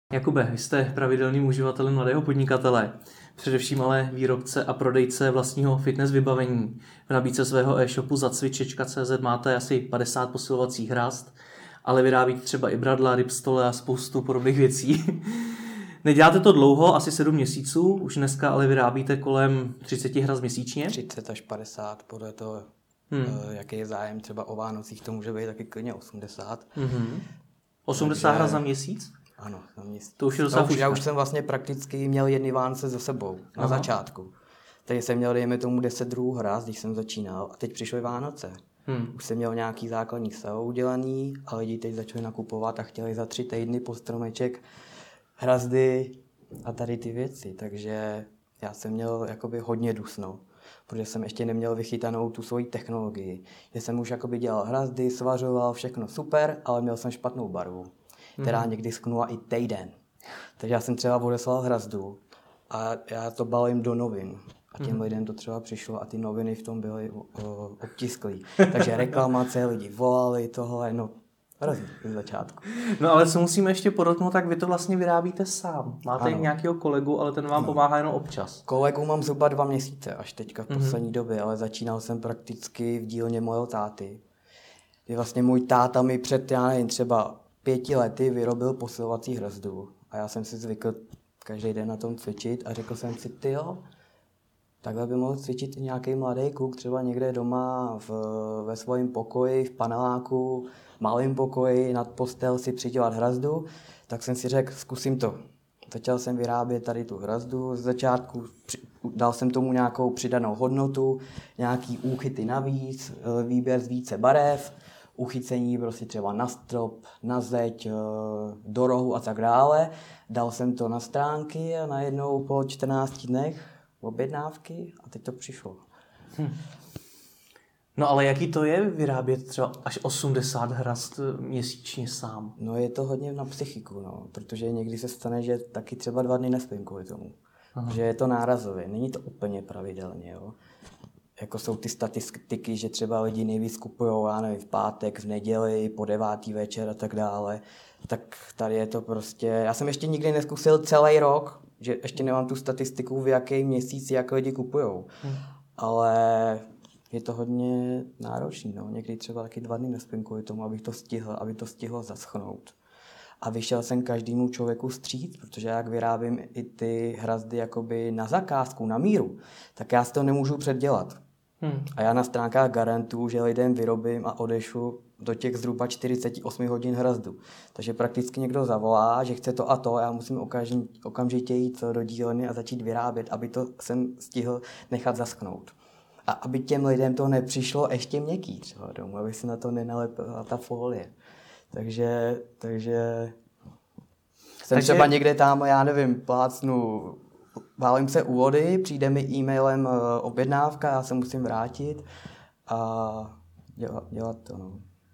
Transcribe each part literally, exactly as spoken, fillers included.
Jakube, vy jste pravidelným uživatelem Mladého podnikatele, především ale výrobce a prodejce vlastního fitness vybavení. V nabídce svého e-shopu zacvičečka tečka cé zet máte asi padesát posilovacích hrazd, ale vyrábíte třeba i bradla, ripstole a spoustu podobných věcí. Neděláte to dlouho, asi sedm měsíců, už dneska ale vyrábíte kolem třicet hrazd měsíčně. třicet až padesát, podle toho, hmm. jaký je zájem, třeba o Vánocích, to může být taky klidně osmdesát. Mm-hmm. osmdesát hrazd za měsíc? Ano, za měsíc. To už je docela no, Já už jsem vlastně prakticky měl jedny Vánoce za sebou, na Aha. začátku. Teď jsem měl, dejme tomu, deset druhů hrazd, když jsem začínal, a teď přišly Vánoce. Hmm. Už jsem měl nějaký základní seo udělaný a lidi teď začali nakupovat a chtěli za tři týdny po stromeček hrazdy a tady ty věci, takže já jsem měl jakoby hodně dusno, protože jsem ještě neměl vychytanou tu svoji technologii. Že jsem už jakoby dělal hrazdy, svařoval, všechno super, ale měl jsem špatnou barvu, která hmm. někdy sknula i týden. Takže já jsem třeba odeslal hrazdu a já to balím do novin. A těm hmm. lidem to třeba přišlo a ty noviny v tom byly o, obtisklý. Takže reklamace, lidi volali tohle, no hrozně z začátku. No ale co musíme ještě podotknout, tak vy to vlastně vyrábíte sám. Máte ano. nějakého kolegu, ale ten vám ano. pomáhá jenom občas. Kolegu mám zhruba dva měsíce, až teďka v poslední hmm. době, ale začínal jsem prakticky v dílně mojho táty. Kdy vlastně můj táta mi před, já nevím, třeba pěti lety vyrobil posilovací hrazdu. A já jsem si zvykl každý den na tom cvičit a řekl jsem si, ty jo, takhle by mohl cvičit i nějaký mladý kluk, třeba někde doma v, ve svém pokoji, v paneláku, malém pokoji, nad postel si přidělat hrazdu. Tak jsem si řekl, zkusím to. Začal jsem vyrábět tady tu hrazdu z začátku, dal jsem tomu nějakou přidanou hodnotu, nějaký úchyty navíc, výběr z více barev, uchycení prostě třeba na strop, na zeď, do rohu a tak dále. Dal jsem to na stránky a najednou po čtrnácti dnech objednávky a teď to přišlo. Hm. No ale jaký to je vyrábět třeba až osmdesát hrazd měsíčně sám? No je to hodně na psychiku, no, protože někdy se stane, že taky třeba dva dny nespím kvůli tomu. Aha. Že je to nárazově, není to úplně pravidelně, jo. Jako jsou ty statistiky, že třeba lidi nejvíc kupujou, já nevím, v pátek, v neděli, po devátý večer a tak dále. Tak tady je to prostě, já jsem ještě nikdy neskusil celý rok, že ještě nemám tu statistiku, v jaký měsíc jak lidi kupujou. Hmm. Ale je to hodně náročný, no. Někdy třeba taky dva dny nespím kvůli tomu, abych to stihl, aby to stihlo zaschnout. A vyšel jsem každému člověku vstříc, protože jak vyrábím i ty hrazdy jakoby na zakázku, na míru, tak já si to nemůžu předdělat. Hmm. A já na stránkách garantuju, že lidem vyrobím a odešlu do těch zhruba čtyřicet osm hodin hrazdu. Takže prakticky někdo zavolá, že chce to a to, a já musím okamžitě jít do dílny a začít vyrábět, aby to jsem stihl nechat zaschnout. A aby těm lidem to nepřišlo ještě měkký třeba domů, aby se na to nenalepila ta folie. Takže, takže jsem takže... třeba někde tam, já nevím, plácnu, válím se u vody, přijde mi e-mailem objednávka, já se musím vrátit a dělat, dělat to. No.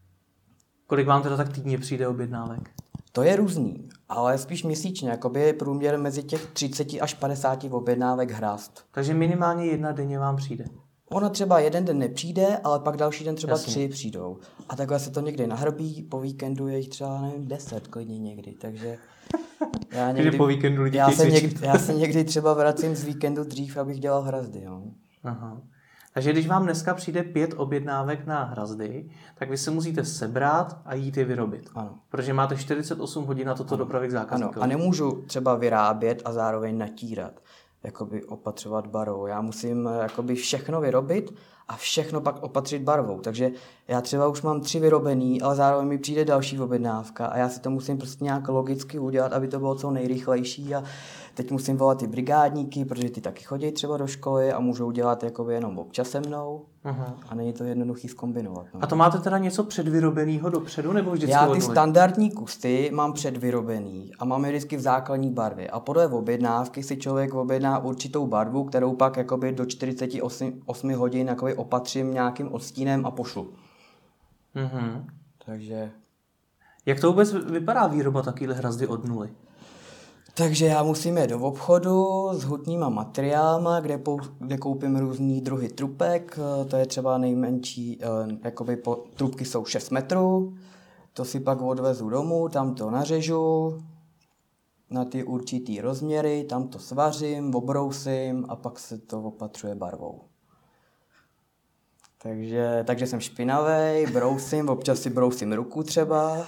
Kolik vám teda tak týdně přijde objednávek? To je různý, ale spíš měsíčně, jakoby je průměr mezi těch třicet až padesát objednávek hrazd. Takže minimálně jedna denně vám přijde? Ono třeba jeden den nepřijde, ale pak další den třeba Jasně. tři přijdou. A takhle se to někdy nahrbí, po víkendu je jich třeba, nevím, deset klidně někdy, takže... Já někdy, po víkendu lidi já, se někdy, já se někdy třeba vracím z víkendu dřív, abych dělal hrazdy, jo. Aha. Takže když vám dneska přijde pět objednávek na hrazdy, tak vy se musíte sebrat a jít je vyrobit. Ano. Protože máte čtyřicet osm hodin na toto dopravit zákazníkovi. Ano, a nemůžu třeba vyrábět a zároveň natírat. Jakoby opatřovat barvou. Já musím jakoby všechno vyrobit a všechno pak opatřit barvou. Takže já třeba už mám tři vyrobený, ale zároveň mi přijde další objednávka a já si to musím prostě nějak logicky udělat, aby to bylo co nejrychlejší a teď musím volat ty brigádníky, protože ty taky chodí třeba do školy a můžou dělat jakoby jenom občas se mnou. Aha. A není to jednoduchý zkombinovat. No. A to máte teda něco předvyrobeného dopředu nebo vždycky Já ty standardní kusty mám předvyrobený a mám je vždycky v základní barvě. A podle objednávky si člověk objedná určitou barvu, kterou pak jakoby do čtyřicet osm hodin jakoby opatřím nějakým odstínem a pošlu. Mhm. Takže... Jak to vůbec vypadá výroba takovýhle hrazdy od nuly? Takže já musím jít do obchodu s hutníma materiálama, kde, pou, kde koupím různý druhy trubek, to je třeba nejmenší, jakoby po, trubky jsou šest metrů, to si pak odvezu domů, tam to nařežu, na ty určitý rozměry, tam to svařím, obrousím a pak se to opatřuje barvou. Takže, takže jsem špinavej, brousím, občas si brousím ruku třeba,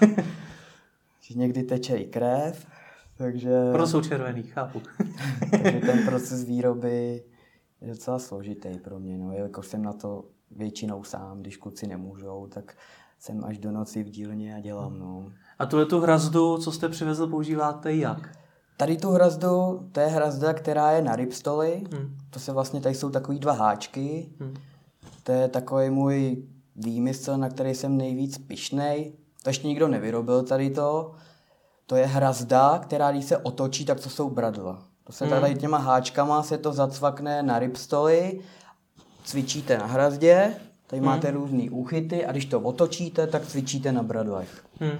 že někdy teče i krev. Takže, Proto jsou červený, chápu. takže ten proces výroby je docela složitý pro mě. No. Jakož jsem na to většinou sám, když kluci nemůžou, tak jsem až do noci v dílně a dělám. No. A tuhle tu hrazdu, co jste přivezl, používáte jak? Tady tu hrazdu, to je hrazda, která je na ripstoli. Hmm. To se vlastně, tady jsou takový dva háčky. Hmm. To je takový můj výmysl, na který jsem nejvíc pyšnej. To ještě nikdo nevyrobil tady to. To je hrazda, která když se otočí, tak to jsou bradla. To se tady Hmm. těma háčkama se to zacvakne na ripstoli, cvičíte na hrazdě, tady Hmm. máte různý úchyty a když to otočíte, tak cvičíte na bradlech. Hmm.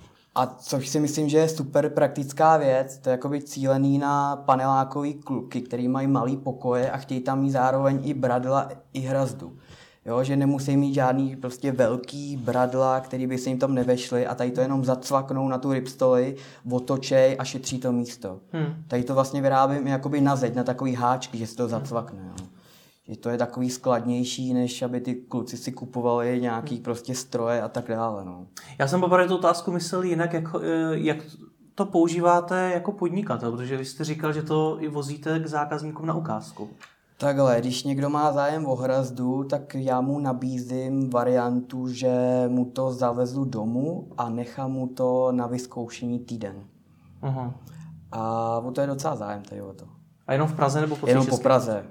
A což si myslím, že je super praktická věc, to je jakoby cílený na panelákový kluky, který mají malý pokoje a chtějí tam mít zároveň i bradla, i hrazdu. Jo, že nemusí mít žádný prostě velký bradla, který by se jim tam nevešly a tady to jenom zacvaknou na tu ripstoli, otočej a šetří to místo. Hmm. Tady to vlastně vyrábím jakoby na zeď, na takový háčky, že se to zacvakne. Jo. Že to je takový skladnější, než aby ty kluci si kupovali nějaký prostě stroje a tak dále. No. Já jsem poprvé tu otázku myslel jinak, jak, jak to používáte jako podnikatel, protože vy jste říkal, že to i vozíte k zákazníkům na ukázku. Takhle, když někdo má zájem o hrazdu, tak já mu nabízím variantu, že mu to zavezu domů a nechám mu to na vyzkoušení týden. Aha. A o to je docela zájem tady o to. A jenom v Praze nebo po Jenom po České? Praze.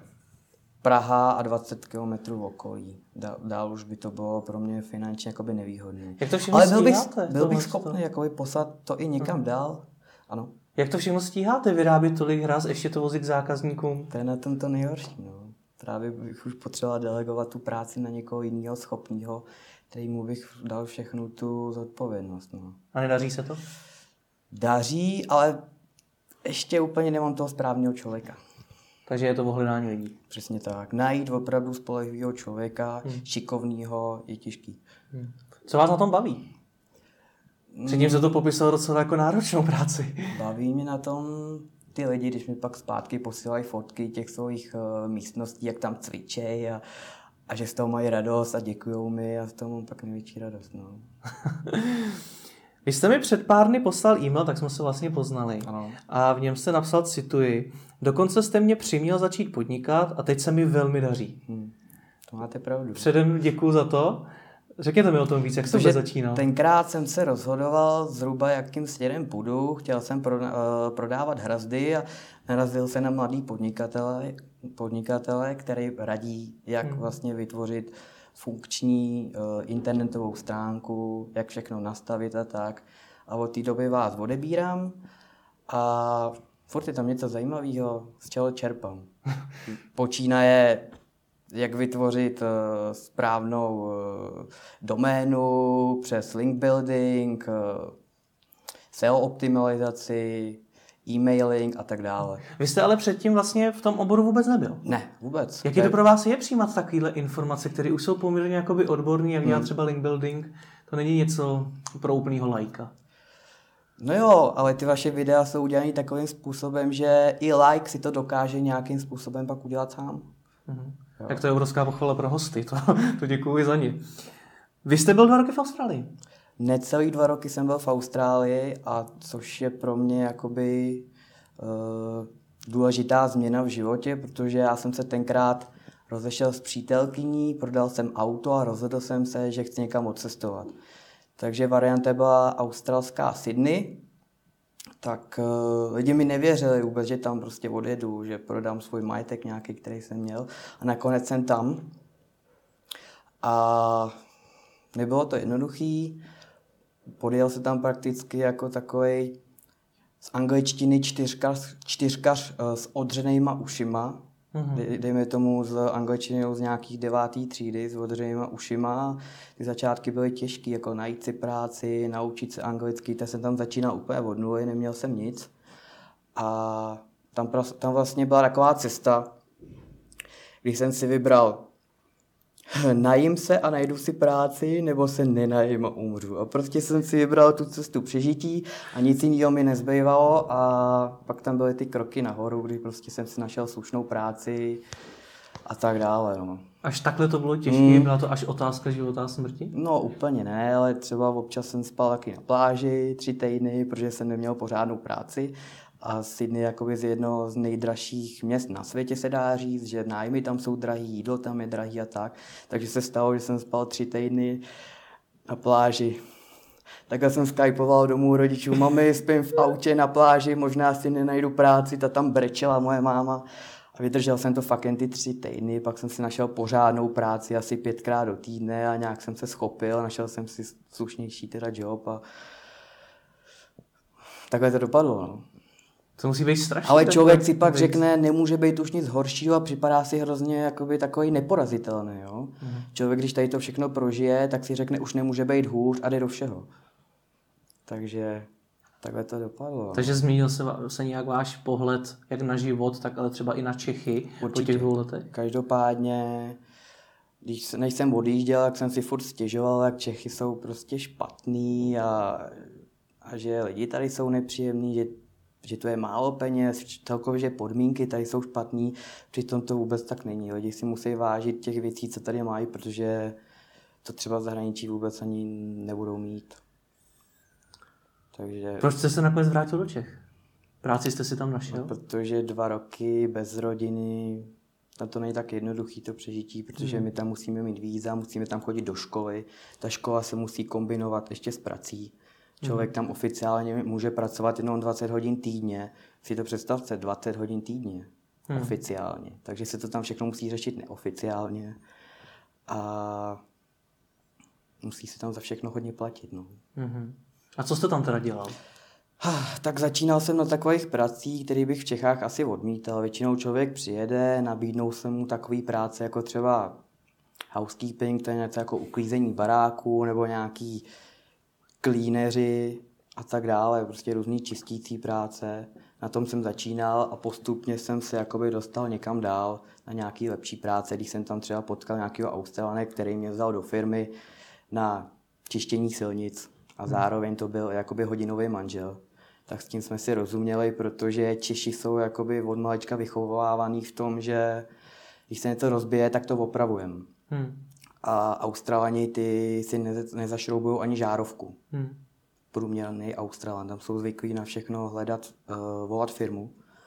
Praha a dvacet kilometrů v okolí. Dál, dál už by to bylo pro mě finančně jakoby nevýhodné. Jak to všechno Ale byl bych, stíháte? byl bych Tohle schopný to? jakoby poslat to i někam Aha. dál. Ano, Jak to všechno stíháte? Vyrábět tolik hraz, ještě to vozit k zákazníkům? to je na tom to nejhorší. No. Právě bych už potřeboval delegovat tu práci na někoho jiného schopného, kterýmu bych dal všechnu tu zodpovědnost. No. A nedaří se to? Daří, ale ještě úplně nemám toho správného člověka. Takže je to o hledání lidí. Přesně tak. Najít opravdu spolehlivého člověka, Hmm. šikovného, je těžký. Hmm. Co vás na tom baví? Předtím se to popisalo docela jako náročnou práci. Baví mě na tom ty lidi, když mi pak zpátky posílají fotky těch svých uh, místností, jak tam cvičej a, a že z toho mají radost a děkujou mi a z toho mám pak největší radost. No. Vy jste mi před pár dny poslal e-mail, tak jsme se vlastně poznali. Ano. A v něm jste napsal, cituji, dokonce jste mě přiměl začít podnikat a teď se mi velmi daří. Hmm. To máte pravdu. Předem děkuju za to. Řekněte mi o tom víc, jak jste vůbec začínal. Tenkrát jsem se rozhodoval zhruba, jakým směrem půjdu. Chtěl jsem proda- uh, prodávat hrazdy a narazil se na mladý podnikatele, podnikatele, který radí, jak Hmm. vlastně vytvořit funkční uh, internetovou stránku, jak všechno nastavit a tak. A od té doby vás odebírám a furt je tam něco zajímavého, z čeho čerpám. Počínaje, jak vytvořit uh, správnou uh, doménu přes link building, uh, S E O optimalizaci, e-mailing a tak dále. Vy jste ale předtím vlastně v tom oboru vůbec nebyl. Ne, vůbec. Jak je to pro vás je přijímat takovéhle informace, které už jsou poměrně jakoby odborný, jak dělat Hmm. třeba link building? To není něco pro úplnýho lajka. No jo, ale ty vaše videa jsou udělané takovým způsobem, že i like si to dokáže nějakým způsobem pak udělat sám. Mhm. Jo. Tak to je obrovská pochvala pro hosty, to, to děkuji za ně. Vy jste byl dva roky v Austrálii. Necelý dva roky jsem byl v Austrálii, a což je pro mě jakoby uh, důležitá změna v životě, protože já jsem se tenkrát rozešel s přítelkyní, prodal jsem auto a rozhodl jsem se, že chci někam odcestovat. Takže varianta byla australská Sydney, tak uh, lidi mi nevěřili vůbec, že tam prostě odjedu, že prodám svůj majetek nějaký, který jsem měl, a nakonec jsem tam. A nebylo to jednoduchý, podjel se tam prakticky jako takovej z angličtiny čtyřkař, čtyřkař uh, s odřenýma ušima, Mhm. De, dejme tomu z angličtiny z nějakých devátý třídy s odřenýma ušima. Ty začátky byly těžké, jako najít si práci, naučit se anglicky, tak jsem tam začínal úplně od nuly, neměl jsem nic. A tam, tam vlastně byla taková cesta, když jsem si vybral Najím se a najdu si práci, nebo se nenajím a umřu. A prostě jsem si vybral tu cestu přežití a nic jiného mi nezbývalo a pak tam byly ty kroky nahoru, kdy prostě jsem si našel slušnou práci a tak dále. No. Až takhle to bylo těžké? Mm. Byla to až otázka života a smrti? No úplně ne, ale třeba občas jsem spal taky na pláži tři týdny, protože jsem neměl pořádnou práci. A Sydney je jakoby z jednoho z nejdražších měst na světě, se dá říct, že nájmy tam jsou drahý, jídlo tam je drahý a tak. Takže se stalo, že jsem spal tři týdny na pláži. Takhle jsem skypoval domů rodičů, mami, spím v autě na pláži, možná si nenajdu práci, ta tam brečela moje máma. A vydržel jsem to fakt jen ty tři týdny, pak jsem si našel pořádnou práci asi pětkrát do týdne a nějak jsem se schopil, našel jsem si slušnější teda job a takhle to dopadlo. No. To musí být strašný. Ale člověk si pak být... řekne, nemůže být už nic horšího a připadá si hrozně jakoby takový neporazitelný. Jo? Mm. Člověk, když tady to všechno prožije, tak si řekne, už nemůže být hůř a jde do všeho. Takže takhle to dopadlo. Takže změnil se, se nějak váš pohled jak na život, tak ale třeba i na Čechy. Určitě. Po těch dvou letech? Každopádně, když, než jsem odjížděl, tak jsem si furt stěžoval, jak Čechy jsou prostě špatný a, a že lidi tady jsou nepříjemný, že že to je málo peněz, celkově, že podmínky tady jsou špatný, přitom to vůbec tak není. Lidi si musí vážit těch věcí, co tady mají, protože to třeba v zahraničí vůbec ani nebudou mít. Takže... Proč jste se nakonec vrátil do Čech? Práci jste si tam našel? No, protože dva roky bez rodiny, a to není tak jednoduchý to přežití, protože hmm. my tam musíme mít víza, musíme tam chodit do školy, ta škola se musí kombinovat ještě s prací. Člověk tam oficiálně může pracovat jenom dvacet hodin týdně. Si to představte, dvacet hodin týdně. Hmm. Oficiálně. Takže se to tam všechno musí řešit neoficiálně. A musí se tam za všechno hodně platit. No. Hmm. A co jste tam teda dělal? Tak začínal jsem na takových pracích, které bych v Čechách asi odmítal. Většinou člověk přijede, nabídnou se mu takové práce jako třeba housekeeping, to je něco jako uklízení baráku nebo nějaký klíneři a tak dále, prostě různý čistící práce. Na tom jsem začínal a postupně jsem se jakoby dostal někam dál na nějaký lepší práce, když jsem tam třeba potkal nějakého Australana, který mě vzal do firmy na čištění silnic a zároveň to byl jakoby hodinový manžel. Tak s tím jsme si rozuměli, protože Češi jsou jakoby od malička vychovávaný v tom, že když se něco rozbije, tak to opravujeme. Hmm. A Australani ty si ne, nezašroubují ani žárovku. Hmm. Průměrný Australan, tam jsou zvyklí na všechno hledat, uh, volat firmu.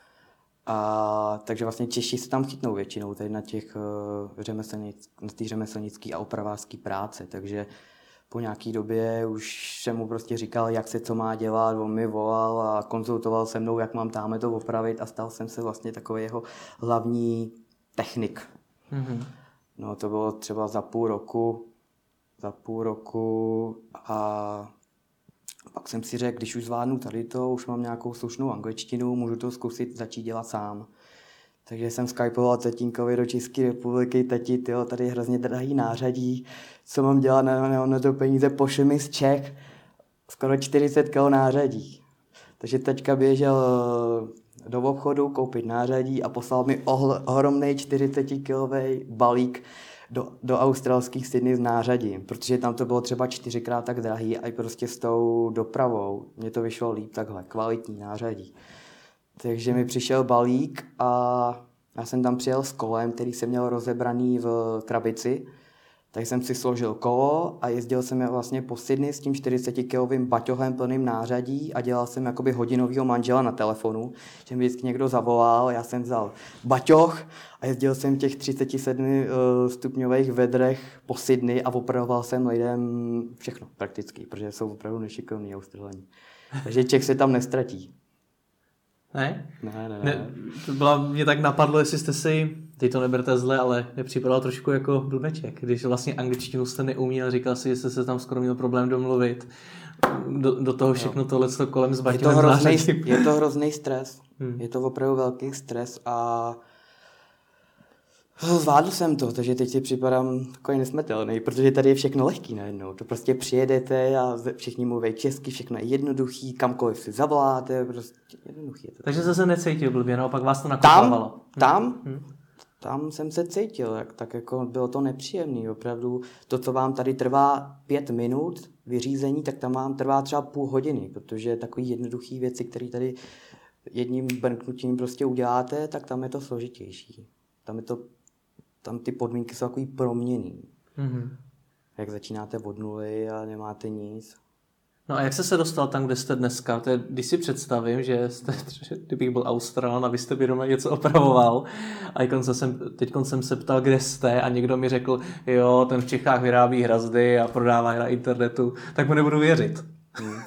A takže vlastně Češi se tam chytnou většinou tady na těch uh, řemeslnic, na těch řemeslnický a opravářský práce. Takže po nějaký době už jsem mu prostě říkal, jak se co má dělat, on mi volal a konzultoval se mnou, jak mám táme to opravit a stal jsem se vlastně takový jeho hlavní technik. Hmm. No to bylo třeba za půl roku, za půl roku a pak jsem si řekl, když už zvládnu tady to, už mám nějakou slušnou angličtinu, můžu to zkusit začít dělat sám. Takže jsem skypoval tatínkovi do České republiky, tati, tyjo, tady je hrozně drahý nářadí, co mám dělat na, na, na to peníze, pošli mi z Čech, skoro čtyřicet kilo nářadí. Takže teďka běžel do obchodu koupit nářadí a poslal mi ohl, ohromný čtyřicetikilový balík do, do australských Sydney s nářadím, protože tam to bylo třeba čtyřikrát tak drahý a i prostě s tou dopravou mně to vyšlo líp takhle, kvalitní nářadí. Takže mi přišel balík a já jsem tam přijel s kolem, který jsem měl rozebraný v krabici. Tak jsem si složil kolo a jezdil jsem vlastně po Sydney s tím čtyřicetikilovým baťohem plným nářadí a dělal jsem jakoby hodinovýho manžela na telefonu, že mi vždycky někdo zavolal, já jsem vzal baťoh a jezdil jsem v těch třicet sedm stupňových vedrech po Sydney a opravoval jsem lidem všechno prakticky, protože jsou opravdu nešikovní Australani. Takže Čech se tam nestratí. Ne? Ne, ne, ne. ne to byla, mě tak napadlo, jestli jste si, teď to neberte zle, ale nepřipadal trošku jako bludeček, když vlastně angličtinu jste neuměl, říkal si, že jste se tam skoro měl problém domluvit. Do, do toho všechno no. tohle kolem s baťem. Je to hrozný stres. Hmm. Je to opravdu velký stres a zvládl jsem to, takže teď si připadám takový nesmrtelný, protože tady je všechno lehký najednou. To prostě přijedete a všichni mluví česky, všechno je jednoduchý, kamkoliv si zavoláte, prostě jednoduchý je to. Takže jste se necítil blbě, naopak vás to nakopávalo. Tam, tam, hmm. tam jsem se cítil, jak, tak jako bylo to nepříjemný, opravdu. To, co vám tady trvá pět minut vyřízení, tak tam vám trvá třeba půl hodiny, protože takový jednoduchý věci, které tady jedním brnknutím prostě uděláte, tak tam je to složitější. Tam, je to, tam ty podmínky jsou takový proměnný. Mm-hmm. Jak začínáte od nuly a nemáte nic. No a jak jste se dostal tam, kde jste dneska? To je, když si představím, že jste, kdybych byl Australan a vy jste by doma něco opravoval a jsem, teď jsem se ptal, kde jste a někdo mi řekl, jo, ten v Čechách vyrábí hrazdy a prodává je na internetu, tak mu nebudu věřit. Hmm.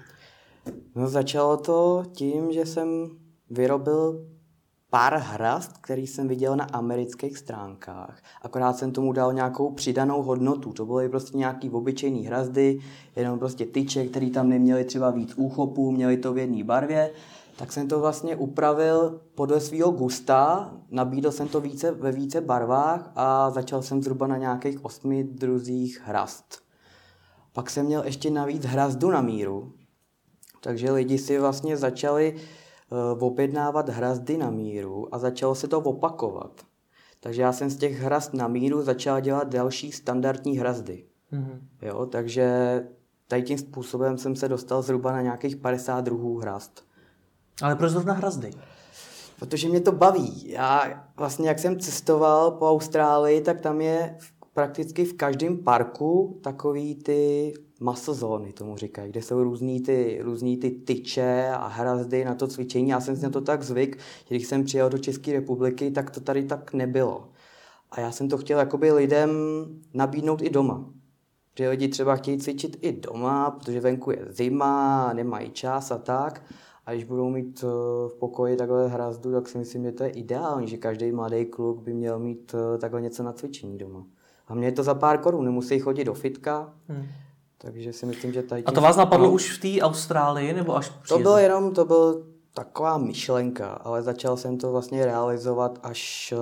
No začalo to tím, že jsem vyrobil pár hrazd, který jsem viděl na amerických stránkách. Akorát jsem tomu dal nějakou přidanou hodnotu. To byly prostě nějaký obyčejný hrazdy, jenom prostě tyče, který tam neměly třeba víc úchopů, měly to v jedné barvě. Tak jsem to vlastně upravil podle svého gusta, nabídl jsem to více, ve více barvách a začal jsem zhruba na nějakých osmi druzích hrazd. Pak jsem měl ještě navíc hrazdu na míru, takže lidi si vlastně začali objednávat hrazdy na míru a začalo se to opakovat. Takže já jsem z těch hrazd na míru začal dělat další standardní hrazdy. Mm-hmm. Jo, takže tady tím způsobem jsem se dostal zhruba na nějakých padesát druhů hrazd. Ale proč zrovna hrazdy? Protože mě to baví. Já vlastně, jak jsem cestoval po Austrálii, tak tam je prakticky v každém parku takový ty muscle zóny, tomu říkají, kde jsou různý ty, různý ty tyče a hrazdy na to cvičení. Já jsem si na to tak zvyk, že když jsem přijel do České republiky, tak to tady tak nebylo. A já jsem to chtěl jakoby lidem nabídnout i doma. Že lidi třeba chtějí cvičit i doma, protože venku je zima, nemají čas a tak. A když budou mít v pokoji takhle hrazdu, tak si myslím, že to je ideální, že každý mladý kluk by měl mít takhle něco na cvičení doma. A mě je to za pár korun, nemusí chodit do fitka. Hmm. Takže si myslím, že tady... A to vás napadlo no, už v té Austrálii, nebo až přijezd? To bylo jenom, to byl taková myšlenka, ale začal jsem to vlastně realizovat, až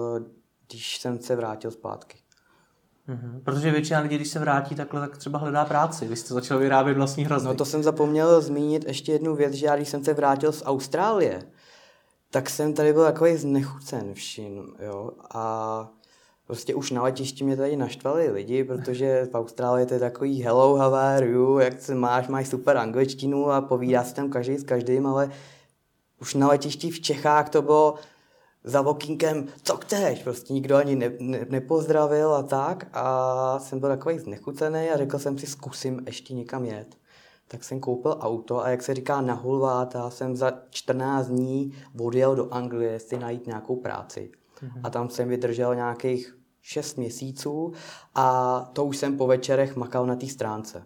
když jsem se vrátil zpátky. Mhm. Protože většina lidí, když se vrátí takhle, tak třeba hledá práci. Vy jste začal vyrábět vlastní hrazdy. No to jsem zapomněl zmínit ještě jednu věc, že já když jsem se vrátil z Austrálie, tak jsem tady byl takový znechucen vším, jo, a prostě už na letišti mě tady naštvali lidi, protože v Austrálii to je takový hello, how are you, jak se máš, máš super angličtinu a povídá se tam každý s každým, ale už na letišti v Čechách to bylo za okýnkem, co chceš, prostě nikdo ani ne, ne, nepozdravil a tak a jsem byl takový znechucený a řekl jsem si, zkusím ještě někam jet. Tak jsem koupil auto a jak se říká na hulváta, jsem za čtrnáct dní odjel do Anglie si najít nějakou práci. Mm-hmm. A tam jsem vydržel nějakých šest měsíců a to už jsem po večerech makal na té stránce.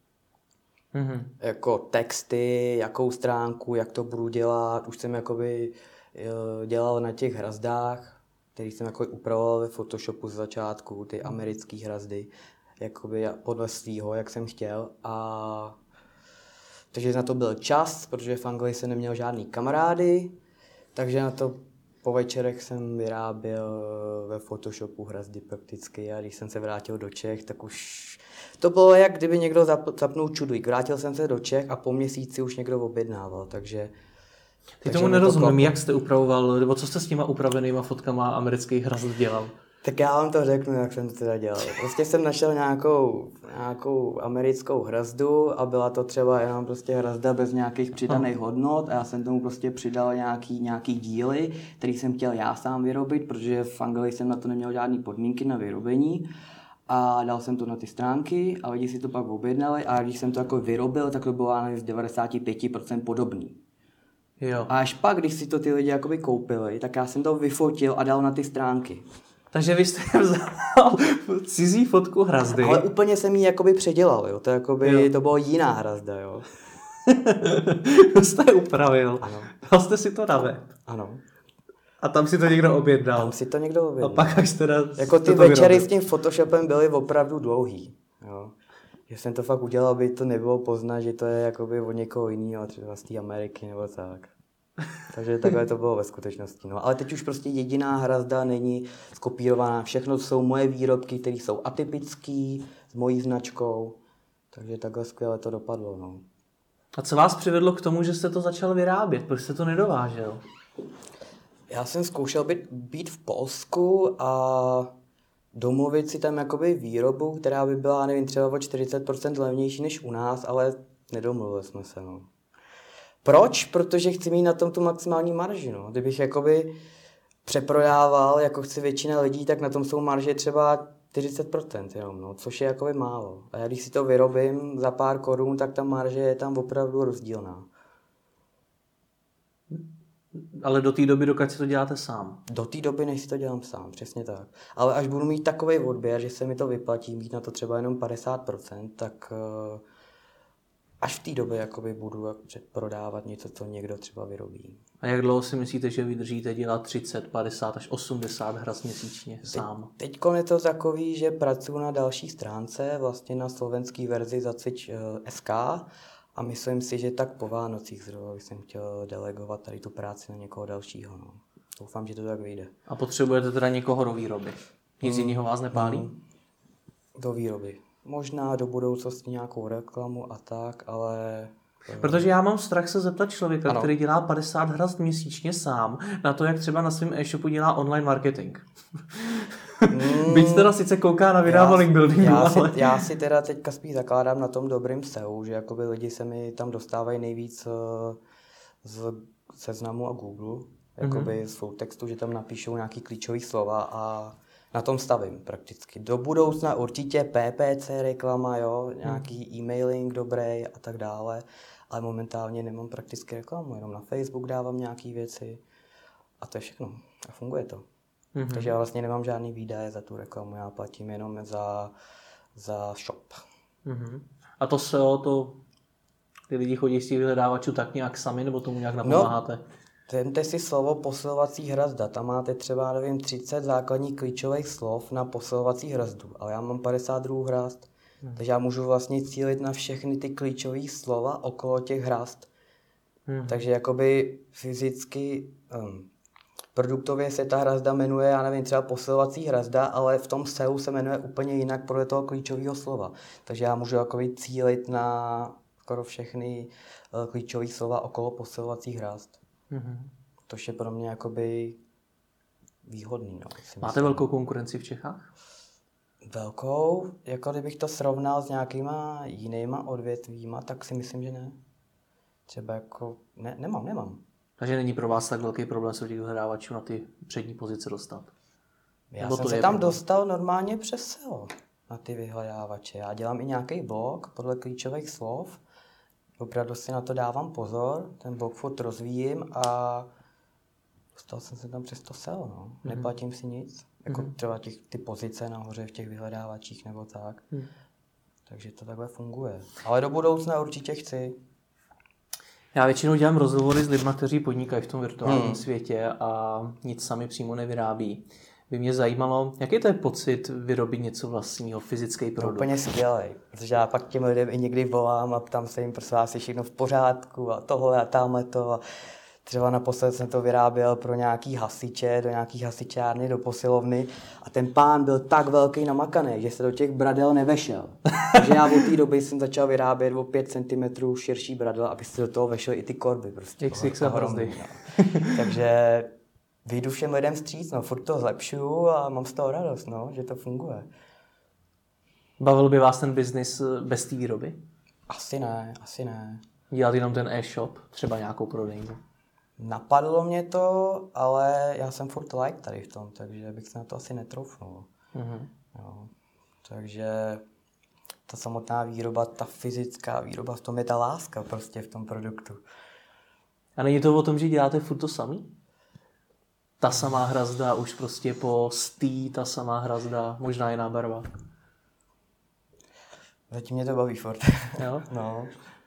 Mm-hmm. Jako texty, jakou stránku, jak to budu dělat, už jsem jakoby dělal na těch hrazdách, který jsem jako upravoval ve Photoshopu z začátku, ty americké hrazdy, jakoby podle svýho, jak jsem chtěl. A takže na to byl čas, protože v Anglii jsem neměl žádný kamarády, takže na to po večerech jsem vyráběl ve Photoshopu hrazdy prakticky a když jsem se vrátil do Čech, tak už to bylo, jak kdyby někdo zap, zapnul čudlík. Vrátil jsem se do Čech a po měsíci už někdo objednával, takže... Ty tomu nerozumím, to jak jste upravoval, nebo co jste s těma upravenýma fotkama amerických hrazd dělal? Tak já vám to řeknu, jak jsem to teda dělal. Prostě jsem našel nějakou, nějakou americkou hrazdu a byla to třeba jenom prostě hrazda bez nějakých přidaných no. hodnot a já jsem tomu prostě přidal nějaký, nějaký díly, který jsem chtěl já sám vyrobit, protože v Anglii jsem na to neměl žádný podmínky na vyrobení. A dal jsem to na ty stránky a lidi si to pak objednali a když jsem to jako vyrobil, tak to bylo z devadesát pět procent podobný. Jo. A až pak, když si to ty lidi jakoby koupili, tak já jsem to vyfotil a dal na ty stránky. Takže vy jste vzal cizí fotku hrazdy. Ale úplně jsem ji jakoby předělal, jo. To, jakoby, to bylo jiná hrazda, jo. To jste upravil. Ano. Dal jste si to na web. Ano. A tam si to někdo objednal. Tam si to někdo objednal. A pak až teda... Jako ty večery s tím Photoshopem byly opravdu dlouhý, jo. Že jsem to fakt udělal, aby to nebylo poznat, že to je jakoby od někoho jiného, třeba z té Ameriky nebo tak. Takže takhle to bylo ve skutečnosti. No. Ale teď už prostě jediná hrazda není skopírovaná. Všechno jsou moje výrobky, které jsou atypické, s mojí značkou. Takže takhle skvěle to dopadlo. No. A co vás přivedlo k tomu, že jste to začal vyrábět? Proč jste to nedovážel? Já jsem zkoušel být, být v Polsku a domluvit si tam jakoby výrobu, která by byla, nevím, třeba o čtyřicet procent levnější než u nás, ale nedomluvili jsme se, no. Proč? Protože chci mít na tom tu maximální marži, no. Kdybych jakoby přeprodával, jako chce většina lidí, tak na tom jsou marže třeba čtyřicet procent jenom, no, což je jakoby málo. A já když si to vyrobím za pár korun, tak ta marže je tam opravdu rozdílná. Ale do té doby, dokud si to děláte sám. Do té doby, než si to dělám sám, přesně tak. Ale až budu mít takový odběr, že se mi to vyplatí, mít na to třeba jenom padesát procent, tak uh, až v té době jakoby budu prodávat něco, co někdo třeba vyrobí. A jak dlouho si myslíte, že vydržíte dělat třicet, padesát až osmdesát hraz měsíčně sám? Teď je to takový, že pracuji na další stránce, vlastně na slovenské verzi Zacvič uh, S K, a myslím si, že tak po Vánocích zrovna jsem chtěl delegovat tady tu práci na někoho dalšího. No. Doufám, že to tak vyjde. A potřebujete teda někoho do výroby? Nic Hmm. jiného vás nepálí? Hmm. Do výroby. Možná do budoucnosti nějakou reklamu a tak, ale... Protože já mám strach se zeptat člověka, Ano. který dělá padesát hrazd měsíčně sám, na to, jak třeba na svém e-shopu dělá online marketing. Mm, Byť teda sice kouká na videa o link buildingu, já, si, ale... já si teda teďka spíš zakládám na tom dobrým S E O, že jakoby lidi se mi tam dostávají nejvíc eh, z Seznamu a Google, jakoby mm-hmm. z full textu, že tam napíšou nějaký klíčový slova a na tom stavím prakticky. Do budoucna určitě P P C reklama, jo, nějaký hmm. e-mailing dobrý a tak dále, ale momentálně nemám prakticky reklamu, jenom na Facebook dávám nějaký věci a to je všechno a funguje to. Hmm. Takže já vlastně nemám žádný výdaje za tu reklamu, já platím jenom za, za shop. Hmm. A to S E O, to ty lidi chodí z těch vyhledávačů tak nějak sami, nebo tomu nějak napomáháte? No. Vemte si slovo posilovací hrazda, tam máte třeba, nevím, třicet základních klíčových slov na posilovací hrazdu, ale já mám padesát druhů hrazd, hmm. takže já můžu vlastně cílit na všechny ty klíčové slova okolo těch hrazd. Hmm. Takže jakoby fyzicky, um, produktově se ta hrazda jmenuje, já nevím, třeba posilovací hrazda, ale v tom S E O se jmenuje úplně jinak podle toho klíčového slova. Takže já můžu jakoby cílit na skoro všechny uh, klíčové slova okolo posilovacích hrazd. Mm-hmm. Tož je pro mě jakoby výhodný. No, máte velkou konkurenci v Čechách? Velkou? Jako kdybych to srovnal s nějakýma jinýma odvětvíma, tak si myslím, že ne. Třeba jako... Ne, nemám, nemám. Takže není pro vás tak velký problém se těch vyhledávačů na ty přední pozice dostat? Já Nebo jsem se tam problém? dostal normálně přes S E O na ty vyhledávače. Já dělám i nějaký blog podle klíčových slov. Opravdu si na to dávám pozor, ten blog furt rozvíjím a dostal jsem se tam přes to S E O, no. Mm-hmm. Neplatím si nic, jako mm-hmm. třeba těch, ty pozice nahoře v těch vyhledávačích nebo tak. Mm. Takže to takhle funguje. Ale do budoucna určitě chci. Já většinou dělám rozhovory s lidmi, kteří podnikají v tom virtuálním mm. světě a nic sami přímo nevyrábí. By mě zajímalo, jaký to je pocit vyrobit něco vlastního, fyzický produkt? Úplně skvělej, protože já pak těm lidem i někdy volám a ptám se jim, prosím vás, je všechno v pořádku a tohle a tamhle to. A třeba naposled jsem to vyráběl pro nějaký hasiče, do nějaký hasičárny, do posilovny a ten pán byl tak velký namakaný, že se do těch bradel nevešel. Takže já od té doby jsem začal vyrábět o pět centimetrů širší bradel, aby se do toho vešly i ty korby. Prostě iks iks hrozný. Takže vyjdu všem lidem vstříc, no, furt to zlepšuju a mám z toho radost, no, že to funguje. Bavil by vás ten biznis bez té výroby? Asi ne, asi ne. Dělat jenom ten e-shop, třeba nějakou prodejnu? Napadlo mě to, ale já jsem furt like tady v tom, takže bych se na to asi netroufnul. Mm-hmm. Jo. Takže ta samotná výroba, ta fyzická výroba, v tom je ta láska prostě v tom produktu. A není to o tom, že děláte furt to samý? Ta samá hrazda, už prostě po stý, ta samá hrazda, možná jiná barva. Zatím mě to baví furt. Jo? No.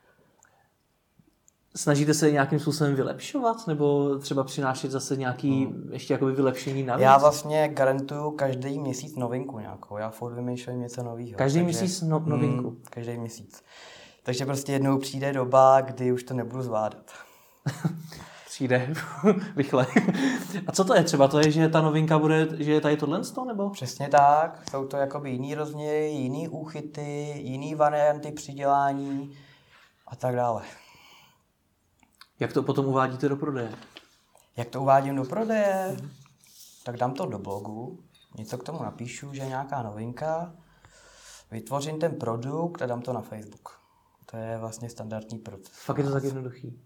Snažíte se nějakým způsobem vylepšovat, nebo třeba přinášet zase nějaký hmm. ještě jakoby vylepšení navíc? Já vlastně garantuju každý měsíc novinku nějakou. Já furt vymýšlím něco nového. Každý takže, měsíc no, novinku? Hmm, každý měsíc. Takže prostě jednou přijde doba, kdy už to nebudu zvládat. Přijde rychle. A co to je třeba? To je, že ta novinka bude, že je tady tohle z toho, nebo? Přesně tak. Jsou to jakoby jiný rozměry, jiný úchyty, jiný varianty přidělání a tak dále. Jak to potom uvádíte do prodeje? Jak to uvádím do prodeje? Mm. Tak dám to do blogu, něco k tomu napíšu, že je nějaká novinka, vytvořím ten produkt a dám to na Facebook. To je vlastně standardní proces. Fakt je to tak jednoduchý.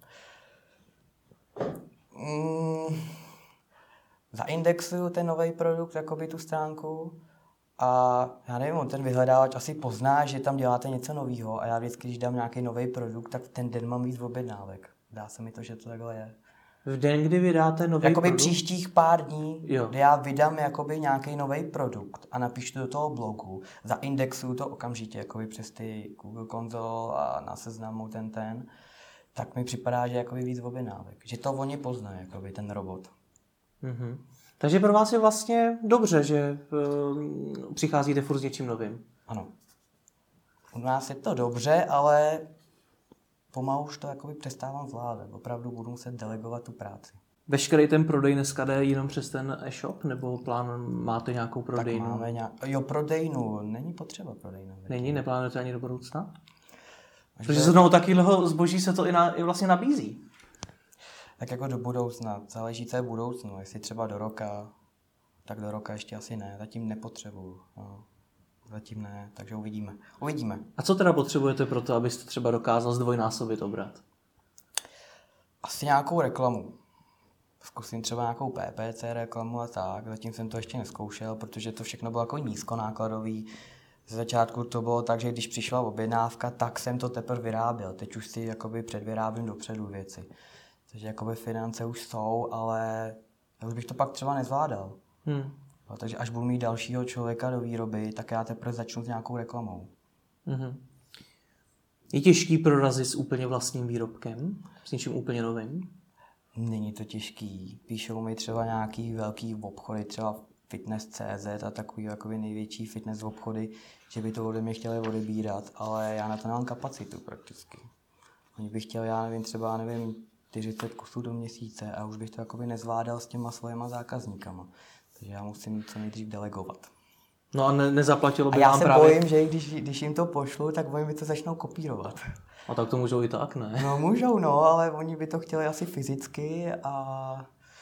Mm, zaindexuju ten nový produkt, jakoby tu stránku a já nevím, on ten vyhledávač asi pozná, že tam děláte něco nového a já vždycky, když dám nějaký nový produkt, tak ten den mám víc objednávek. Dá se mi to, že to takhle je. V den, kdy vydáte nový jakoby produkt? Příštích pár dní, jo. kdy já vydám jakoby nějaký nový produkt a napíšu to do toho blogu, zaindexuju to okamžitě jakoby přes ty Google konzol a na seznamu ten ten, tak mi připadá, že jakoby víc objednávek. Že to oni poznají, jakoby ten robot. Mm-hmm. Takže pro vás je vlastně dobře, že uh, přicházíte furt s něčím novým. Ano. U nás je to dobře, ale pomalu už to jakoby přestávám zvládat. Opravdu budu muset delegovat tu práci. Veškerý ten prodej dneska jde jenom přes ten e-shop, nebo plán máte nějakou prodejnu? Tak máme nějak... Jo, prodejnu. Není potřeba prodejnu. Není? Neplánujete ani do budoucna? Až Protože se znovu takového zboží se to i, na, i vlastně nabízí. Tak jako do budoucna. Záleží, co je budoucnu. Jestli třeba do roka, tak do roka ještě asi ne. Zatím nepotřebuju. No. Zatím ne, takže uvidíme. Uvidíme. A co teda potřebujete pro to, abyste třeba dokázal zdvojnásobit obrat? Asi nějakou reklamu. Zkusím třeba nějakou P P C reklamu a tak. Zatím jsem to ještě neskoušel, protože to všechno bylo jako nízkonákladový. Z začátku to bylo tak, že když přišla objednávka, tak jsem to teprve vyráběl. Teď už si jakoby předvyrábím dopředu věci. Takže jakoby finance už jsou, ale já už bych to pak třeba nezvládal. Hmm. No, takže až budu mít dalšího člověka do výroby, tak já teprve začnu s nějakou reklamou. Mm-hmm. Je těžký prorazit s úplně vlastním výrobkem? S něčím úplně novým? Není to těžký. Píšou mi třeba nějaký velký obchody, třeba Fitness tečka cé zet a takový jakoby největší fitness obchody, že by to ode mě chtěli odebírat, ale já na to nemám kapacitu prakticky. Oni by chtěli, já nevím, třeba nevím, čtyřicet kusů do měsíce a už bych to jakoby nezvládal s těma svojima zákazníkama. Takže já musím co nejdřív delegovat. No a ne, nezaplatilo by a já vám se právě... bojím, že když, když jim to pošlu, tak oni mi to začnou kopírovat. A tak to můžou i tak, ne? No můžou, no, ale oni by to chtěli asi fyzicky a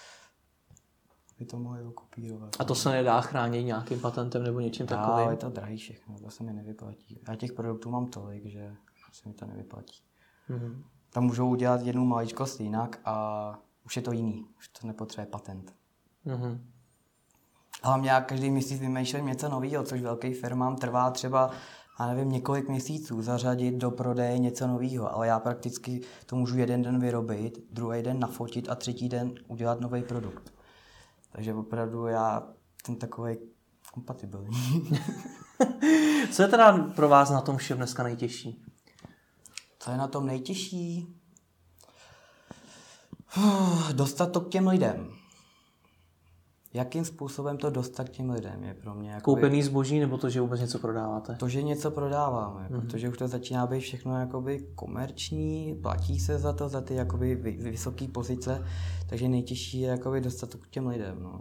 by to mohli kopírovat. A to se nedá chránit nějakým patentem nebo něčím dá, takovým? Ale je to drahý všechno, to se mi nevyplatí. Já těch produktů mám tolik, že se mi to nevyplatí. Mm-hmm. Tam můžou udělat jednu maličkost jinak a už je to jiný, už to nepotřebuje patent. Mm-hmm. Hlavně já každý měsíc vymýšlím něco nového, což velkým firmám trvá třeba, já nevím, několik měsíců zařadit do prodeje něco nového, ale já prakticky to můžu jeden den vyrobit, druhý den nafotit a třetí den udělat nový produkt. Takže opravdu já jsem takovej kompatibilní. Co je teda pro vás na tom všem dneska nejtěžší? Co je na tom nejtěžší? Dostat to k těm lidem. Jakým způsobem to dostat k těm lidem je pro mě... Jakoby... Koupený zboží nebo to, že vůbec něco prodáváte? To, že něco prodáváme, mm-hmm. protože už to začíná být všechno jakoby komerční, platí se za to, za ty jakoby vysoké pozice, takže nejtěžší je jakoby dostat to k těm lidem. No.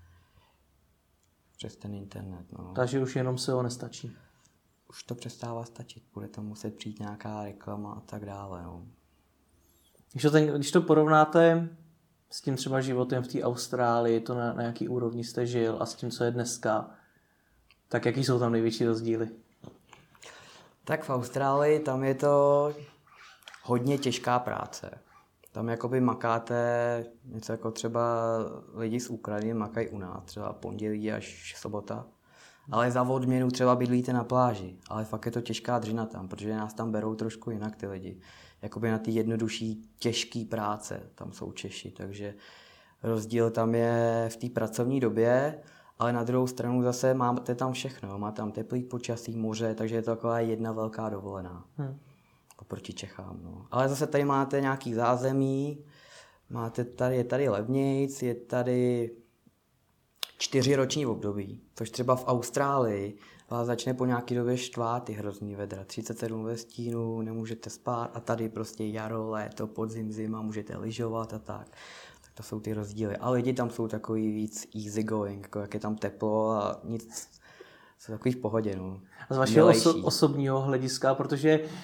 Přes ten internet. No. Takže už jenom S E O nestačí? Už to přestává stačit, bude to muset přijít nějaká reklama a tak dále. No. Když, to ten, když to porovnáte s tím třeba životem v té Austrálii, to na, na jaký úrovni jste žil a s tím, co je dneska, tak jaký jsou tam největší rozdíly? Tak v Austrálii tam je to hodně těžká práce. Tam jakoby makáte něco jako třeba lidi z Ukrajiny makají u nás, třeba pondělí až sobota. Ale za odměnu třeba bydlíte na pláži, ale fakt je to těžká dřina tam, protože nás tam berou trošku jinak ty lidi. Jakoby na ty jednodušší, těžké práce tam jsou Češi, takže rozdíl tam je v té pracovní době, ale na druhou stranu zase máte tam všechno, má tam teplý počasí, moře, takže je to taková jedna velká dovolená. Hmm. Oproti Čechám. No. Ale zase tady máte nějaký zázemí, máte tady, je tady levnějc, je tady čtyřiroční období, což třeba v Austrálii vás začne po nějaké době štvát ty hrozný vedra. třicet sedm ve stínu, nemůžete spát a tady prostě jaro, léto, podzim, zima, můžete lyžovat a tak. Tak to jsou ty rozdíly. A lidi tam jsou takový víc easy going, jako jak je tam teplo a nic, jsou takový v pohodě. No. A z vašeho oso- osobního hlediska, protože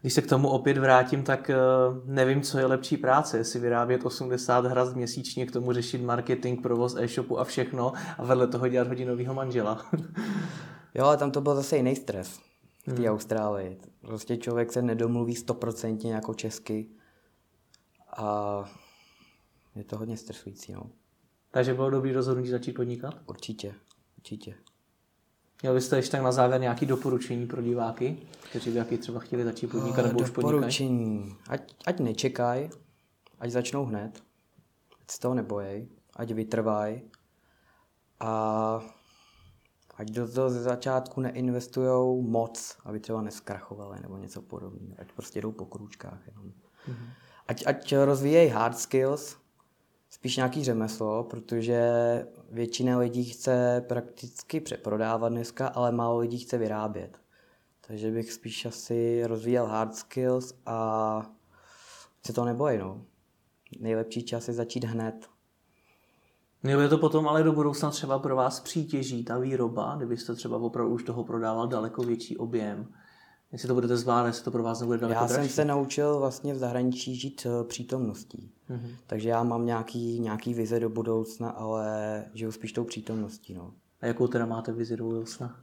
Když se k tomu opět vrátím, tak nevím, co je lepší práce, jestli vyrábět osmdesát hrazd měsíčně, k tomu řešit marketing, provoz e-shopu a všechno a vedle toho dělat hodinovýho manžela. Jo, ale tam to byl zase jiný stres v té Hmm. Austrálii. Prostě člověk se nedomluví stoprocentně jako česky a je to hodně stresující, no. Takže bylo dobrý rozhodnutí začít podnikat? Určitě, určitě. Měl byste ještě tak na závěr nějaké doporučení pro diváky, kteří by jaký třeba chtěli začít podnikat nebo už podnikají? Doporučení. Ať, ať nečekají, ať začnou hned, ať se toho nebojej, ať vytrvají a ať do toho ze začátku neinvestujou moc, aby třeba neskrachovali nebo něco podobného. Ať prostě jdou po krůčkách jenom. Mm-hmm. Ať, ať rozvíjejí hard skills, spíš nějaký řemeslo, protože většina lidí chce prakticky přeprodávat dneska, ale málo lidí chce vyrábět. Takže bych spíš asi rozvíjel hard skills a se to nebojí, no. Nejlepší čas je začít hned. Mělo by to potom ale do budoucna třeba pro vás přítěží, ta výroba, kdybyste třeba opravdu už toho prodával daleko větší objem. Jestli to budete zvládat, jestli to pro vás nebude daleko Já dražší. jsem se naučil vlastně v zahraničí žít přítomností. Mm-hmm. Takže já mám nějaký, nějaký vize do budoucna, ale žiju spíš tou přítomností. No. A jakou teda máte vizi do budoucna?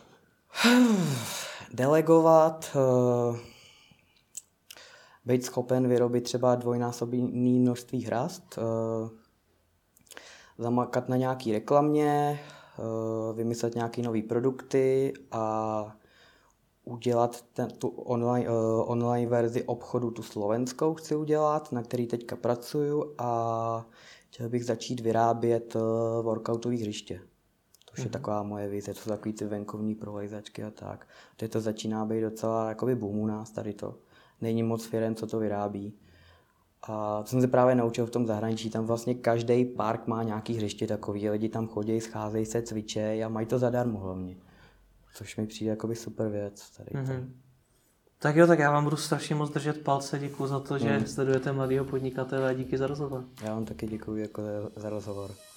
Delegovat, být schopen vyrobit třeba dvojnásobný množství hrazd, zamakat na nějaký reklamě, vymyslet nějaké nové produkty a udělat ten, tu online, uh, online verzi obchodu, tu slovenskou chci udělat, na který teďka pracuju a chtěl bych začít vyrábět uh, workoutové hřiště. To je mm-hmm. taková moje vize, to jsou takový ty venkovní prolejzačky a tak. Teď to začíná být docela jakoby boom u nás tady to. Není moc firem, co to vyrábí. A to jsem se právě naučil v tom zahraničí, tam vlastně každý park má nějaký hřiště takový, lidi tam chodí, scházejí se, cvičejí a mají to zadarmo hlavně. Což mi přijde jakoby super věc. Tady mm-hmm. Tak jo, tak já vám budu strašně moc držet palce, děkuji za to, že mm. sledujete mladého podnikatele a díky za rozhovor. Já vám taky děkuji jako za rozhovor.